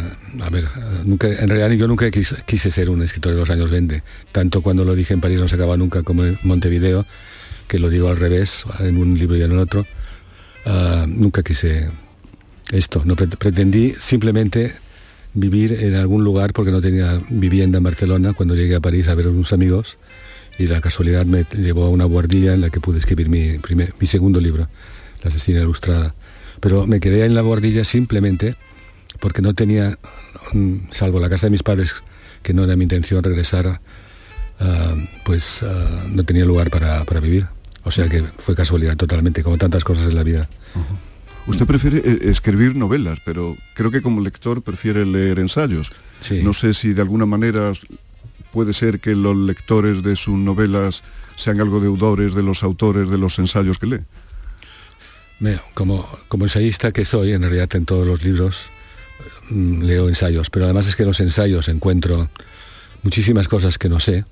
en realidad yo nunca quise ser un escritor de los años 20, tanto cuando lo dije en París no se acaba nunca como en Montevideo, que lo digo al revés, en un libro y en el otro. Nunca quise esto, no pretendí simplemente vivir en algún lugar porque no tenía vivienda en Barcelona cuando llegué a París a ver a unos amigos y la casualidad me llevó a una guardilla en la que pude escribir mi segundo libro, La asesina ilustrada. Pero me quedé en la guardilla simplemente porque no tenía, salvo la casa de mis padres, que no era mi intención regresar, no tenía lugar para vivir. O sea que fue casualidad totalmente, como tantas cosas en la vida. Usted prefiere escribir novelas, pero creo que como lector prefiere leer ensayos. Sí. No sé si de alguna manera puede ser que los lectores de sus novelas sean algo deudores de los autores de los ensayos que lee. Como ensayista que soy, en realidad en todos los libros leo ensayos, pero además es que en los ensayos encuentro muchísimas cosas que no sé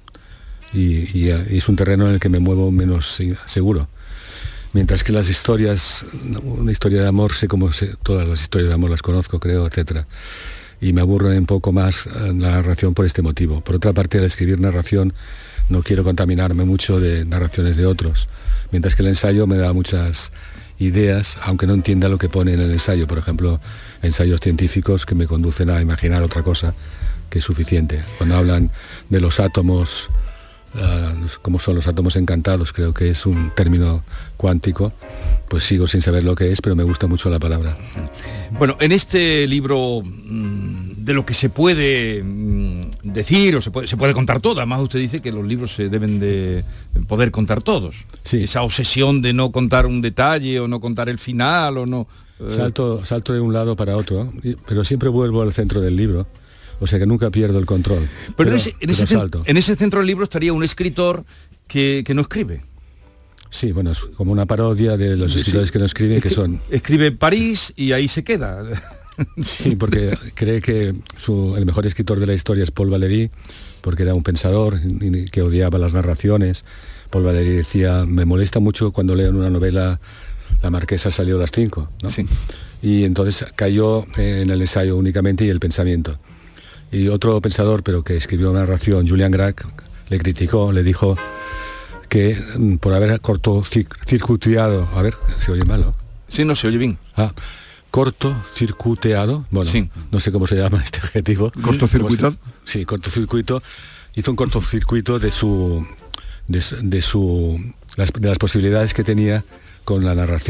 y es un terreno en el que me muevo menos seguro. Mientras que las historias, una historia de amor, todas las historias de amor las conozco, creo, etcétera, y me aburre un poco más la narración por este motivo. Por otra parte, al escribir narración no quiero contaminarme mucho de narraciones de otros, mientras que el ensayo me da muchas ideas, aunque no entienda lo que pone en el ensayo. Por ejemplo, ensayos científicos que me conducen a imaginar otra cosa, que es suficiente. Cuando hablan de los átomos, como son los átomos encantados, creo que es un término cuántico, pues sigo sin saber lo que es, pero me gusta mucho la palabra. Bueno, en este libro de lo que se puede decir o se puede contar todo, además usted dice que los libros se deben de poder contar todos. Sí. Esa obsesión de no contar un detalle o no contar el final o no... Salto de un lado para otro, pero siempre vuelvo al centro del libro. O sea que nunca pierdo el control. Pero en ese centro del libro estaría un escritor que no escribe. Sí, bueno, es como una parodia de los escritores que no escriben, que son... Escribe París y ahí se queda. Sí, porque cree que el mejor escritor de la historia es Paul Valéry, porque era un pensador que odiaba las narraciones. Paul Valéry decía, me molesta mucho cuando leo en una novela La marquesa salió a las 5, ¿no? Sí. Y entonces cayó en el ensayo únicamente y el pensamiento. Y otro pensador, pero que escribió una narración, Julian Grach, le criticó, le dijo que por haber cortocircuiteado, a ver, se oye mal, ¿no? Sí, no se oye bien. Cortocircuiteado, bueno, sí. No sé cómo se llama este adjetivo. ¿Cortocircuitado? Sí, cortocircuito. Hizo un cortocircuito de las posibilidades que tenía con la narración.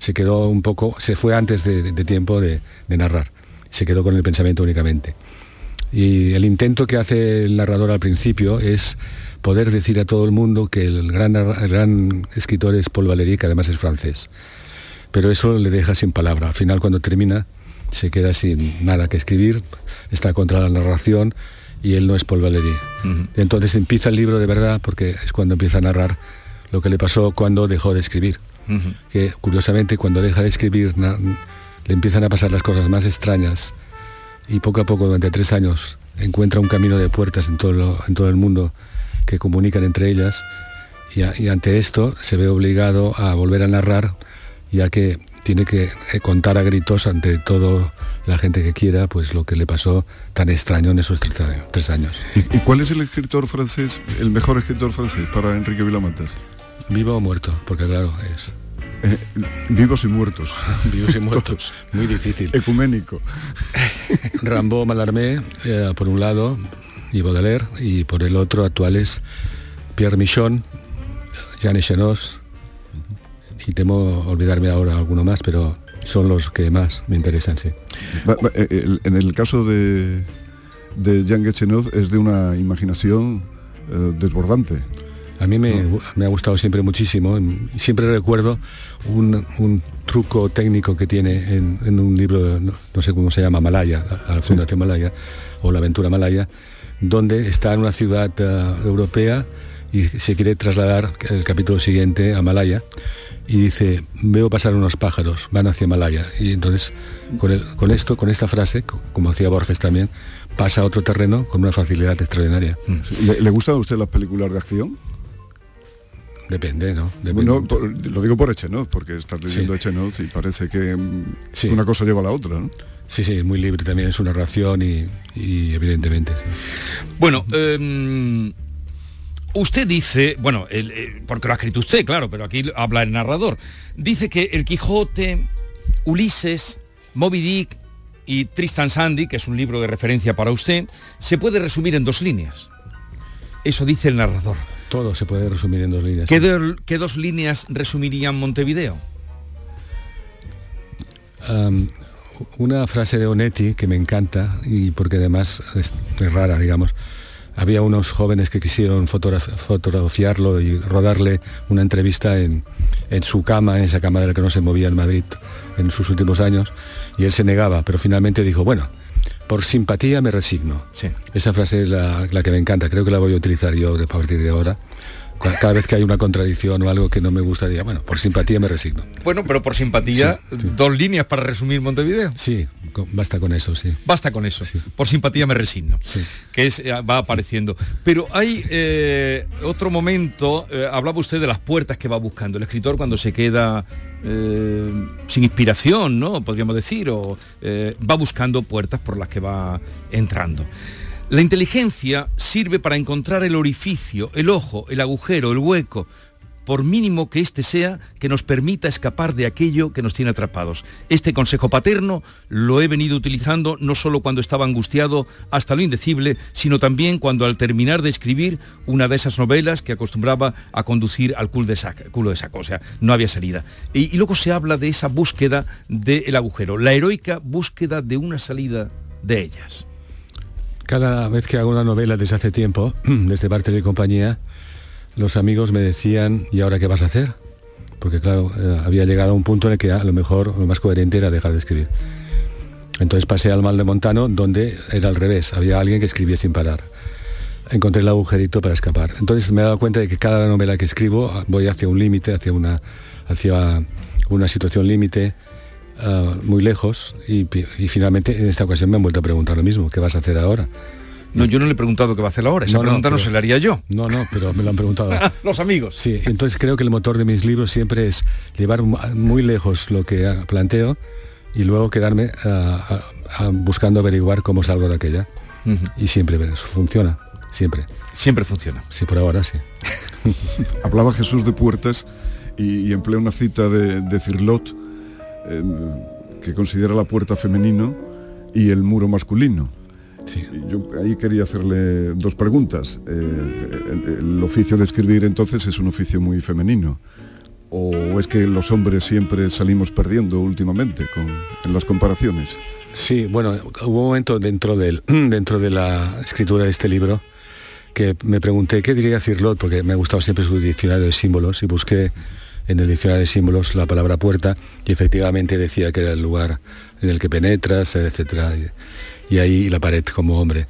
se quedó un poco, se fue antes de tiempo de narrar, se quedó con el pensamiento únicamente. Y el intento que hace el narrador al principio es poder decir a todo el mundo que el gran escritor es Paul Valéry, que además es francés. Pero eso le deja sin palabra. Al final, cuando termina, se queda sin nada que escribir, está contra la narración y él no es Paul Valéry. Entonces empieza el libro de verdad, porque es cuando empieza a narrar lo que le pasó cuando dejó de escribir. Que curiosamente, cuando deja de escribir, le empiezan a pasar las cosas más extrañas, y poco a poco, durante 3 años, encuentra un camino de puertas en todo el mundo que comunican entre ellas, y ante esto se ve obligado a volver a narrar, ya que tiene que contar a gritos ante toda la gente que quiera, pues lo que le pasó tan extraño en esos 3 años. ¿Y cuál es el escritor francés, el mejor escritor francés para Enrique Vila-Matas? Vivo o muerto, porque claro, es... vivos y muertos. Vivos y muertos. Muy difícil. Ecuménico. Rimbaud, Mallarmé, por un lado, y Baudelaire, y por el otro actuales Pierre Michon, Jean Echenós, y temo olvidarme ahora alguno más, pero son los que más me interesan, sí. En el caso de Jean Echenós es de una imaginación desbordante. A mí me ha gustado siempre muchísimo, y siempre recuerdo un truco técnico que tiene en un libro, no sé cómo se llama, Malaya, la Fundación Malaya, o la Aventura Malaya, donde está en una ciudad europea y se quiere trasladar el capítulo siguiente a Malaya, y dice, veo pasar unos pájaros, van hacia Malaya, y entonces con esta frase, como hacía Borges también, pasa a otro terreno con una facilidad extraordinaria. ¿Le gustan a usted las películas de acción? Depende, ¿no? Bueno, lo digo por Echenós, porque estás leyendo Echenós y parece que una cosa lleva a la otra, ¿no? Sí, muy libre también en su narración y evidentemente, sí. Bueno, usted dice, bueno, porque lo ha escrito usted, claro, pero aquí habla el narrador, dice que El Quijote, Ulises, Moby Dick y Tristan Shandy, que es un libro de referencia para usted, se puede resumir en 2 líneas. Eso dice el narrador. Todo se puede resumir en 2 líneas. ¿Qué 2 líneas resumirían Montevideo? Una frase de Onetti que me encanta, y porque además es rara, digamos. Había unos jóvenes que quisieron fotografiarlo y rodarle una entrevista en su cama, en esa cama de la que no se movía en Madrid en sus últimos años, y él se negaba, pero finalmente dijo, bueno, por simpatía me resigno. Sí. Esa frase es la que me encanta, creo que la voy a utilizar yo a partir de ahora. Cada vez que hay una contradicción o algo que no me gusta, diga, bueno, por simpatía me resigno. Bueno, pero por simpatía, sí. 2 líneas para resumir Montevideo. Sí, basta con eso, sí. Basta con eso, sí. Por simpatía me resigno, sí. Que va apareciendo. Pero hay otro momento, hablaba usted de las puertas que va buscando. El escritor cuando se queda sin inspiración, ¿no? Podríamos decir, o va buscando puertas por las que va entrando. La inteligencia sirve para encontrar el orificio, el ojo, el agujero, el hueco, por mínimo que éste sea, que nos permita escapar de aquello que nos tiene atrapados. Este consejo paterno lo he venido utilizando no solo cuando estaba angustiado hasta lo indecible, sino también cuando al terminar de escribir una de esas novelas que acostumbraba a conducir al culo de saco, o sea, no había salida. Y luego se habla de esa búsqueda del agujero, la heroica búsqueda de una salida de ellas. Cada vez que hago una novela desde hace tiempo, desde Bartel y compañía, los amigos me decían, ¿y ahora qué vas a hacer? Porque claro, había llegado a un punto en el que a lo mejor lo más coherente era dejar de escribir. Entonces pasé al Mal de Montano, donde era al revés, había alguien que escribía sin parar. Encontré el agujerito para escapar. Entonces me he dado cuenta de que cada novela que escribo voy hacia un límite, hacia una situación límite, muy lejos, y finalmente en esta ocasión me han vuelto a preguntar lo mismo, ¿qué vas a hacer ahora? No, yo no le he preguntado qué va a hacer ahora, esa pregunta no se la haría yo. No, pero me lo han preguntado. Los amigos. Sí, entonces creo que el motor de mis libros siempre es llevar muy lejos lo que planteo y luego quedarme buscando averiguar cómo salgo de aquella. Y siempre funciona, siempre. Siempre funciona. Sí, por ahora sí. Hablaba Jesús de puertas y emplea una cita de Cirlot, que considera la puerta femenino y el muro masculino. Sí. Yo ahí quería hacerle 2 preguntas. El oficio de escribir entonces es un oficio muy femenino. ¿O es que los hombres siempre salimos perdiendo últimamente en las comparaciones? Sí, bueno, hubo un momento dentro de la escritura de este libro que me pregunté qué diría Cirlot, porque me ha gustado siempre su diccionario de símbolos, y busqué en el diccionario de símbolos la palabra puerta, y efectivamente decía que era el lugar en el que penetras, etcétera, y ahí la pared como hombre.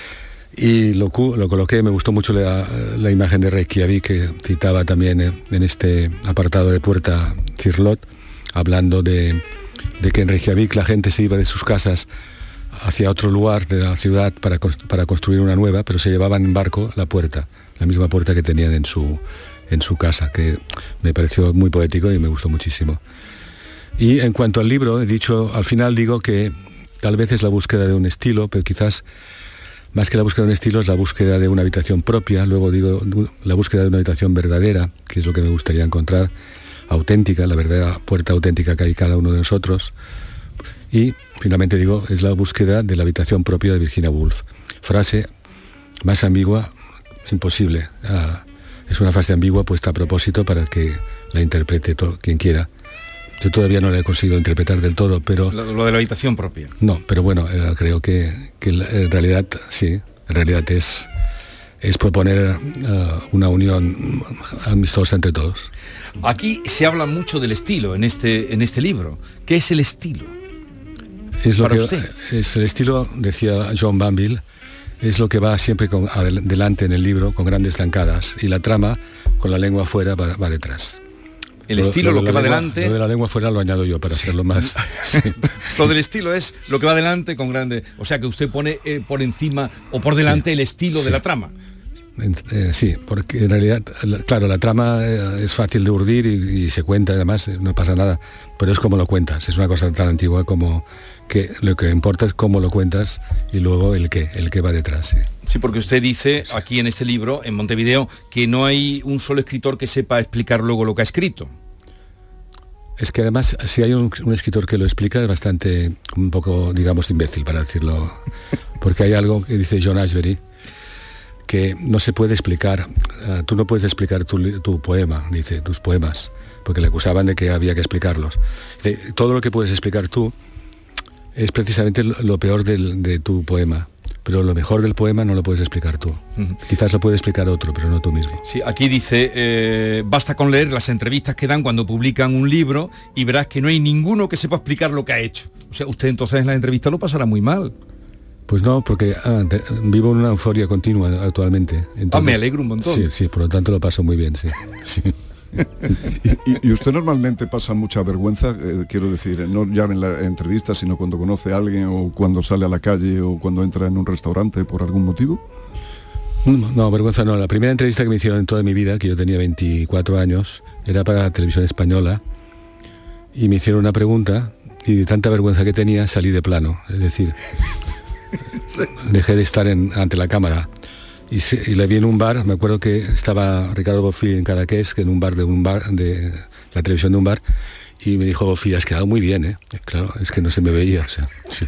Y lo coloqué, me gustó mucho la imagen de Reykjavik que citaba también en este apartado de puerta Cirlot, hablando de que en Reykjavik la gente se iba de sus casas hacia otro lugar de la ciudad para construir una nueva, pero se llevaban en barco la puerta, la misma puerta que tenían en su casa, que me pareció muy poético y me gustó muchísimo. Y en cuanto al libro, al final digo que tal vez es la búsqueda de un estilo, pero quizás más que la búsqueda de un estilo es la búsqueda de una habitación propia, luego digo la búsqueda de una habitación verdadera, que es lo que me gustaría encontrar, auténtica, la verdadera puerta auténtica que hay cada uno de nosotros. Y finalmente digo, es la búsqueda de la habitación propia de Virginia Woolf. Frase más ambigua, imposible. Es una frase ambigua puesta a propósito para que la interprete quien quiera. Yo todavía no la he conseguido interpretar del todo, pero... Lo de la habitación propia. No, pero bueno, creo que en realidad sí, en realidad es proponer una unión amistosa entre todos. Aquí se habla mucho del estilo en este libro. ¿Qué es el estilo? Es el estilo, decía John Banville, es lo que va siempre delante en el libro, con grandes zancadas, y la trama, con la lengua afuera, va detrás. El estilo, lo que va delante... Lo de la lengua fuera lo añado yo para hacerlo más... Sí. Lo del estilo es lo que va delante con grande... O sea, que usted pone por encima o por delante el estilo de la trama. Sí, porque en realidad, claro, la trama es fácil de urdir y se cuenta, además, no pasa nada, pero es como lo cuentas, es una cosa tan antigua como que lo que importa es cómo lo cuentas y luego el qué va detrás. Sí, sí, porque usted dice aquí en este libro, en Montevideo, que no hay un solo escritor que sepa explicar luego lo que ha escrito. Es que además, si hay un escritor que lo explica, es bastante, un poco, digamos, imbécil, para decirlo, porque hay algo que dice John Ashbery, que no se puede explicar. Tú no puedes explicar tu poema, dice, tus poemas, porque le acusaban de que había que explicarlos. Dice, todo lo que puedes explicar tú es precisamente lo peor de tu poema, pero lo mejor del poema no lo puedes explicar tú. Quizás lo puede explicar otro, pero no tú mismo. Sí, aquí dice, basta con leer las entrevistas que dan cuando publican un libro y verás que no hay ninguno que sepa explicar lo que ha hecho. O sea, usted entonces en la entrevista lo pasará muy mal. Pues no, porque vivo en una euforia continua actualmente. Entonces, me alegro un montón. Sí, por lo tanto lo paso muy bien, sí. ¿Y usted normalmente pasa mucha vergüenza, quiero decir, no ya en la entrevista, sino cuando conoce a alguien o cuando sale a la calle o cuando entra en un restaurante por algún motivo? No, vergüenza no. La primera entrevista que me hicieron en toda mi vida, que yo tenía 24 años, era para la televisión española y me hicieron una pregunta y de tanta vergüenza que tenía salí de plano. Es decir, dejé de estar ante la cámara. Y le vi en un bar, me acuerdo que estaba Ricardo Bofill en Cadaqués, que en un bar de la televisión de un bar, y me dijo Bofill, has quedado muy bien, ¿eh? Claro, es que no se me veía, o sea, sí.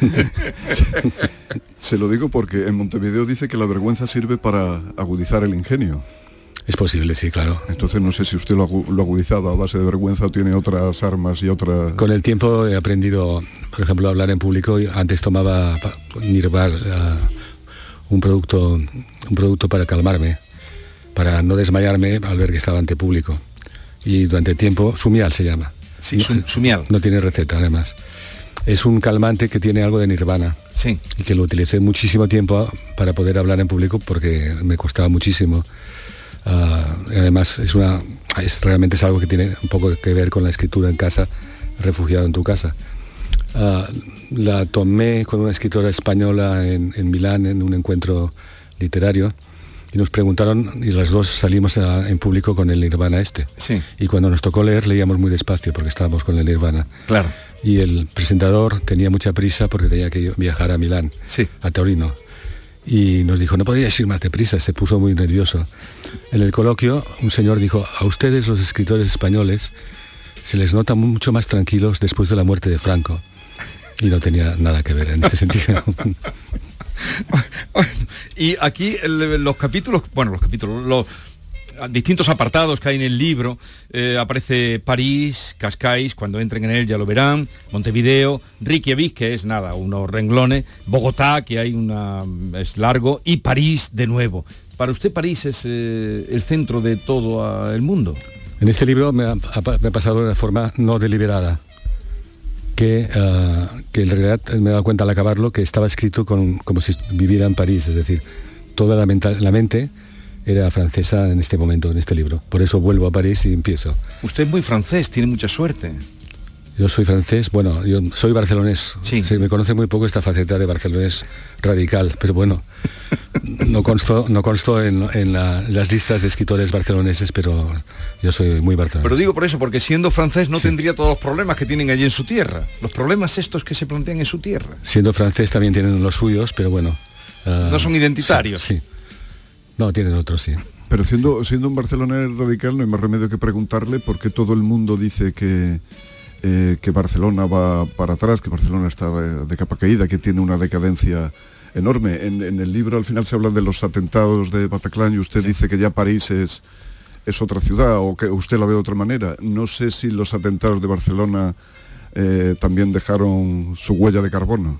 Se lo digo porque en Montevideo dice que la vergüenza sirve para agudizar el ingenio. Es posible, sí, claro. Entonces no sé si usted lo ha agudizado a base de vergüenza o tiene otras armas y otras... Con el tiempo he aprendido, por ejemplo, a hablar en público. Antes tomaba Nirval, un producto para calmarme, para no desmayarme al ver que estaba ante público. Y durante tiempo, Sumial se llama. Sí, Sumial. No tiene receta, además. Es un calmante que tiene algo de Nirvana. Sí. Y que lo utilicé muchísimo tiempo para poder hablar en público porque me costaba muchísimo. Además, realmente es algo que tiene un poco que ver con la escritura en casa, refugiado en tu casa. La tomé con una escritora española en Milán en un encuentro literario y nos preguntaron y las dos salimos en público con el Nirvana este. Sí. Y cuando nos tocó leer leíamos muy despacio porque estábamos con el Nirvana. Claro. Y el presentador tenía mucha prisa porque tenía que viajar a Milán, sí, a Torino. Y nos dijo, no podíais ir más deprisa, se puso muy nervioso. En el coloquio un señor dijo, a ustedes los escritores españoles se les nota mucho más tranquilos después de la muerte de Franco. Y no tenía nada que ver en este sentido. Y aquí los distintos apartados que hay en el libro. Aparece París, Cascais, cuando entren en él ya lo verán, Montevideo, Reykjavik, que es nada, unos renglones, Bogotá, que es largo, y París de nuevo. Para usted París es el centro de todo el mundo. En este libro me ha pasado de una forma no deliberada, que en realidad me he dado cuenta al acabarlo que estaba escrito como si viviera en París, es decir, toda la mente era francesa en este momento, en este libro. Por eso vuelvo a París y empiezo. Usted es muy francés, tiene mucha suerte. Yo soy francés, bueno, yo soy barcelonés. Sí. Se me conoce muy poco esta faceta de barcelonés radical, pero bueno, no consto en las listas de escritores barceloneses, pero yo soy muy barcelonés. Pero digo por eso, porque siendo francés no tendría todos los problemas que tienen allí en su tierra. Los problemas estos que se plantean en su tierra. Siendo francés también tienen los suyos, pero bueno. No son identitarios. Sí. No, tienen otros, sí. Pero siendo un barcelonés radical no hay más remedio que preguntarle por qué todo el mundo dice que Barcelona va para atrás, que Barcelona está de capa caída, que tiene una decadencia enorme. En el libro al final se habla de los atentados de Bataclan y usted dice que ya París es otra ciudad, o que usted la ve de otra manera. No sé si los atentados de Barcelona también dejaron su huella de carbono.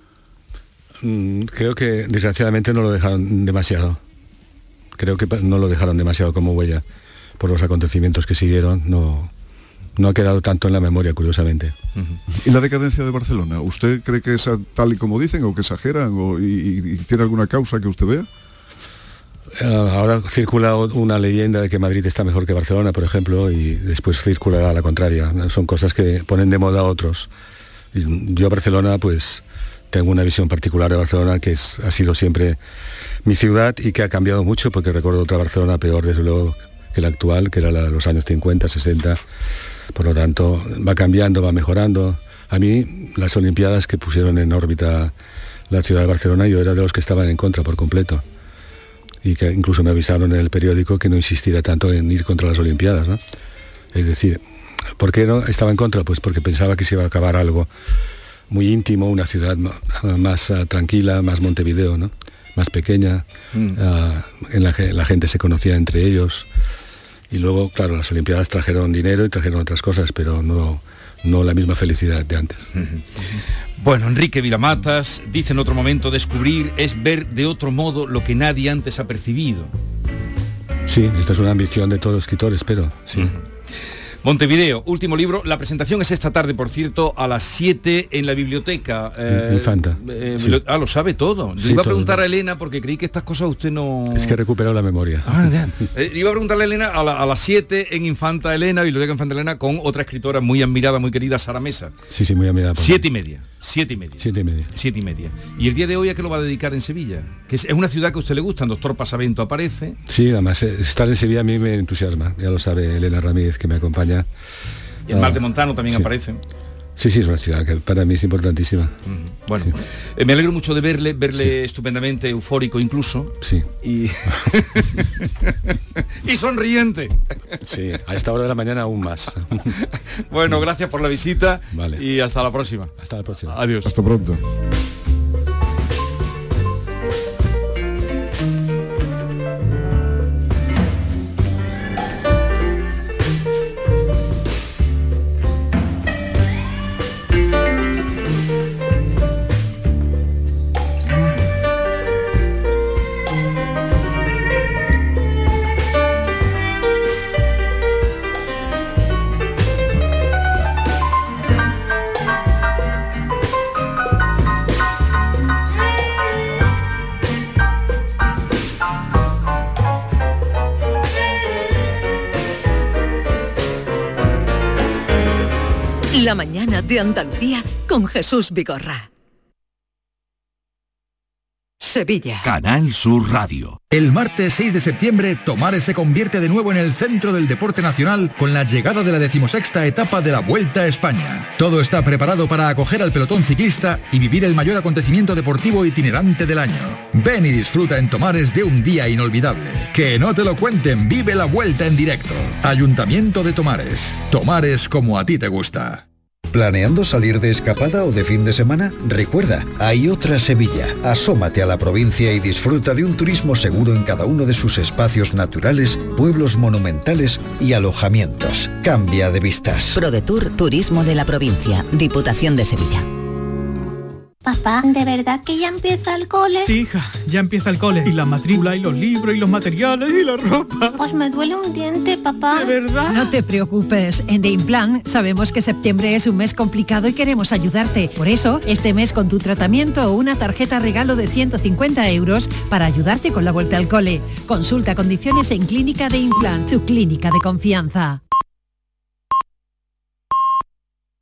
Creo que desgraciadamente no lo dejaron demasiado. Creo que no lo dejaron demasiado como huella. Por los acontecimientos que siguieron, no ha quedado tanto en la memoria, curiosamente. ¿Y la decadencia de Barcelona? ¿Usted cree que es tal y como dicen, o que exageran, y tiene alguna causa que usted vea? Ahora circula una leyenda de que Madrid está mejor que Barcelona, por ejemplo, y después circulará la contraria. Son cosas que ponen de moda a otros. Y yo Barcelona, pues tengo una visión particular de Barcelona, que ha sido siempre mi ciudad y que ha cambiado mucho, porque recuerdo otra Barcelona peor, desde luego, que la actual, que era la de los años 50, 60. Por lo tanto, va cambiando, va mejorando. A mí, las Olimpiadas que pusieron en órbita la ciudad de Barcelona, yo era de los que estaban en contra por completo. Y que incluso me avisaron en el periódico que no insistiera tanto en ir contra las Olimpiadas, ¿no? Es decir, ¿por qué no estaba en contra? Pues porque pensaba que se iba a acabar algo muy íntimo, una ciudad más tranquila, más Montevideo, ¿no? Más pequeña, en la que la gente se conocía entre ellos. Y luego, claro, las Olimpiadas trajeron dinero y trajeron otras cosas, pero no la misma felicidad de antes. Bueno, Enrique Vilamatas dice en otro momento: descubrir es ver de otro modo lo que nadie antes ha percibido. Sí, esta es una ambición de todo escritor, espero. Sí. Montevideo, último libro. La presentación es esta tarde, por cierto, a las 7 en la biblioteca. Infanta. Sí. Lo sabe todo. Sí, le iba a todo. preguntar a Elena, porque creí que estas cosas usted no... Es que he recuperado la memoria. Le iba a preguntarle a Elena a las 7 en Infanta Elena, Biblioteca Infanta Elena, con otra escritora muy admirada, muy querida, Sara Mesa. Sí, muy admirada. 7:30. 7:30. Y el día de hoy, ¿a qué lo va a dedicar en Sevilla? Que es una ciudad que a usted le gusta. El doctor Pasavento aparece. Sí, además estar en Sevilla a mí me entusiasma. Ya lo sabe Elena Ramírez, que me acompaña. Y el Mar de Montano también sí. aparece. Sí, es una ciudad que para mí es importantísima. Bueno, sí. Me alegro mucho de verle sí. estupendamente eufórico incluso. Sí. Y sonriente. Sí, a esta hora de la mañana aún más. Bueno, gracias por la visita. Vale. Y hasta la próxima. Hasta la próxima. Adiós. Hasta pronto. La mañana de Andalucía con Jesús Vigorra. Sevilla. Canal Sur Radio. El martes 6 de septiembre, Tomares se convierte de nuevo en el centro del deporte nacional con la llegada de la 16ª etapa de la Vuelta a España. Todo está preparado para acoger al pelotón ciclista y vivir el mayor acontecimiento deportivo itinerante del año. Ven y disfruta en Tomares de un día inolvidable. Que no te lo cuenten, vive la Vuelta en directo. Ayuntamiento de Tomares. Tomares como a ti te gusta. ¿Planeando salir de escapada o de fin de semana? Recuerda, hay otra Sevilla. Asómate a la provincia y disfruta de un turismo seguro en cada uno de sus espacios naturales, pueblos monumentales y alojamientos. Cambia de vistas. ProDetour Turismo de la Provincia, Diputación de Sevilla. Papá, ¿de verdad que ya empieza el cole? Sí, hija, ya empieza el cole. Y la matrícula, y los libros, y los materiales, y la ropa. Pues me duele un diente, papá. ¿De verdad? No te preocupes. En The Implant sabemos que septiembre es un mes complicado y queremos ayudarte. Por eso, este mes con tu tratamiento o una tarjeta regalo de 150 euros para ayudarte con la vuelta al cole. Consulta condiciones en Clínica The Implant, tu clínica de confianza.